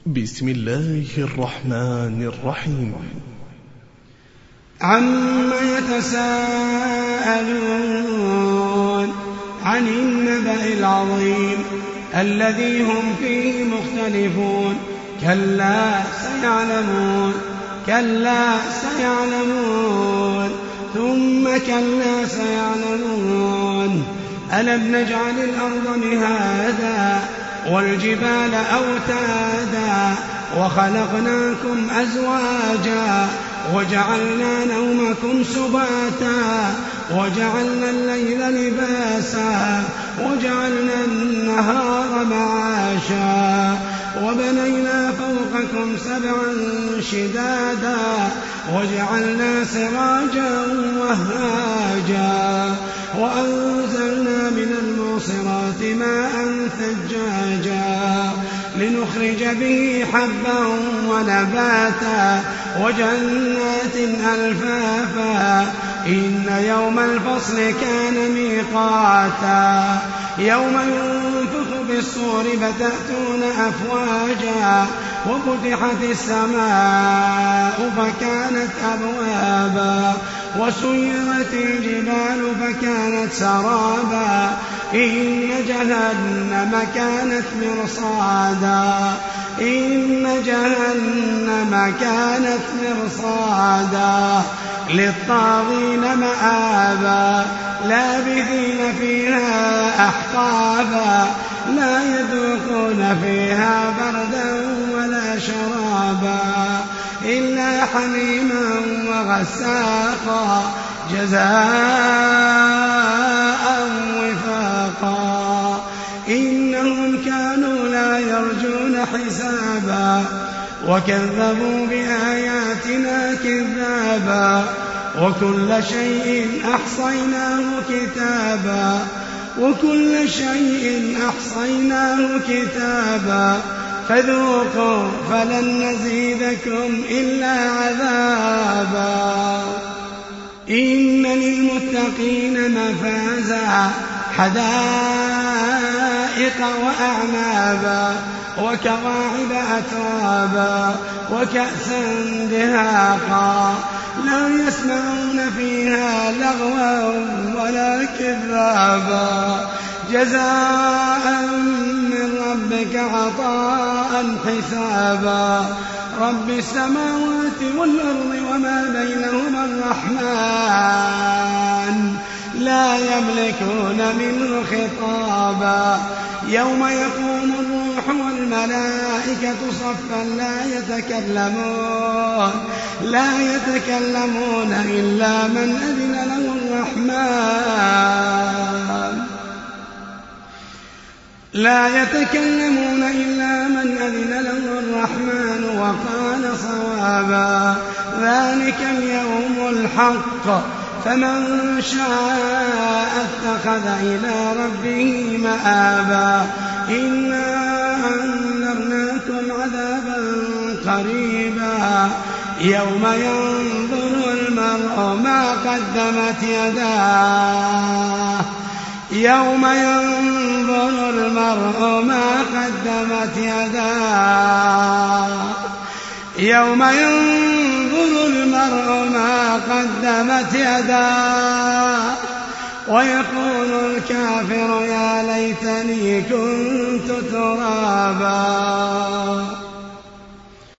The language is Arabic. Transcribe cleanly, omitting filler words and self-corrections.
بسم الله الرحمن الرحيم. عما يتساءلون عن النبأ العظيم الذي هم فيه مختلفون كلا سيعلمون ثم كلا سيعلمون ألم نجعل الأرض مهادا والجبال أوتادا وخلقناكم أزواجا وجعلنا نومكم سباتا وجعلنا الليل لباسا وجعلنا النهار معاشا وبنينا فوقكم سبعا شدادا وجعلنا سراجا وهاجا وأنزلنا من المعصرات ماء ثجاجا لنخرج به حبا ونباتا وجنات ألفافا إن يوم الفصل كان ميقاتا يوم ينفخ بالصور فتأتون أفواجا وفتحت السماء فكانت أبوابا وسيرت الجبال فكانت سرابا إن جهنم كانت مرصادا للطاغين مآبا لابثين فيها أحقابا لا يذوقون فيها بردا ولا شرابا إلا حميما وغساقا جزاء وفاقا إنهم كانوا لا يرجون حسابا وكذبوا بآياتنا كذابا وكل شيء أحصيناه كتابا فذوقوا فلن نزيدكم إلا عذابا إن للمتقين مفازا حدائق وأعنابا وكواعب أترابا وكأسا دهاقا لا يسمعون فيها لغوا ولا كذابا جزاء من ربك عطاء حسابا رب السماوات والأرض وما بينهما الرحمن لا يملكون منه خطابا يوم يقوم الروح والملائكة صفا لا يتكلمون إلا من أذن له الرحمن وقال صوابا ذلك اليوم الحق فمن شاء اتخذ إلى ربه مآبا إنا أنذرناكم عذابا قريبا يوم ينظر المرء ما قدمت يداه ويقول الكافر يا ليتني كنت ترابا.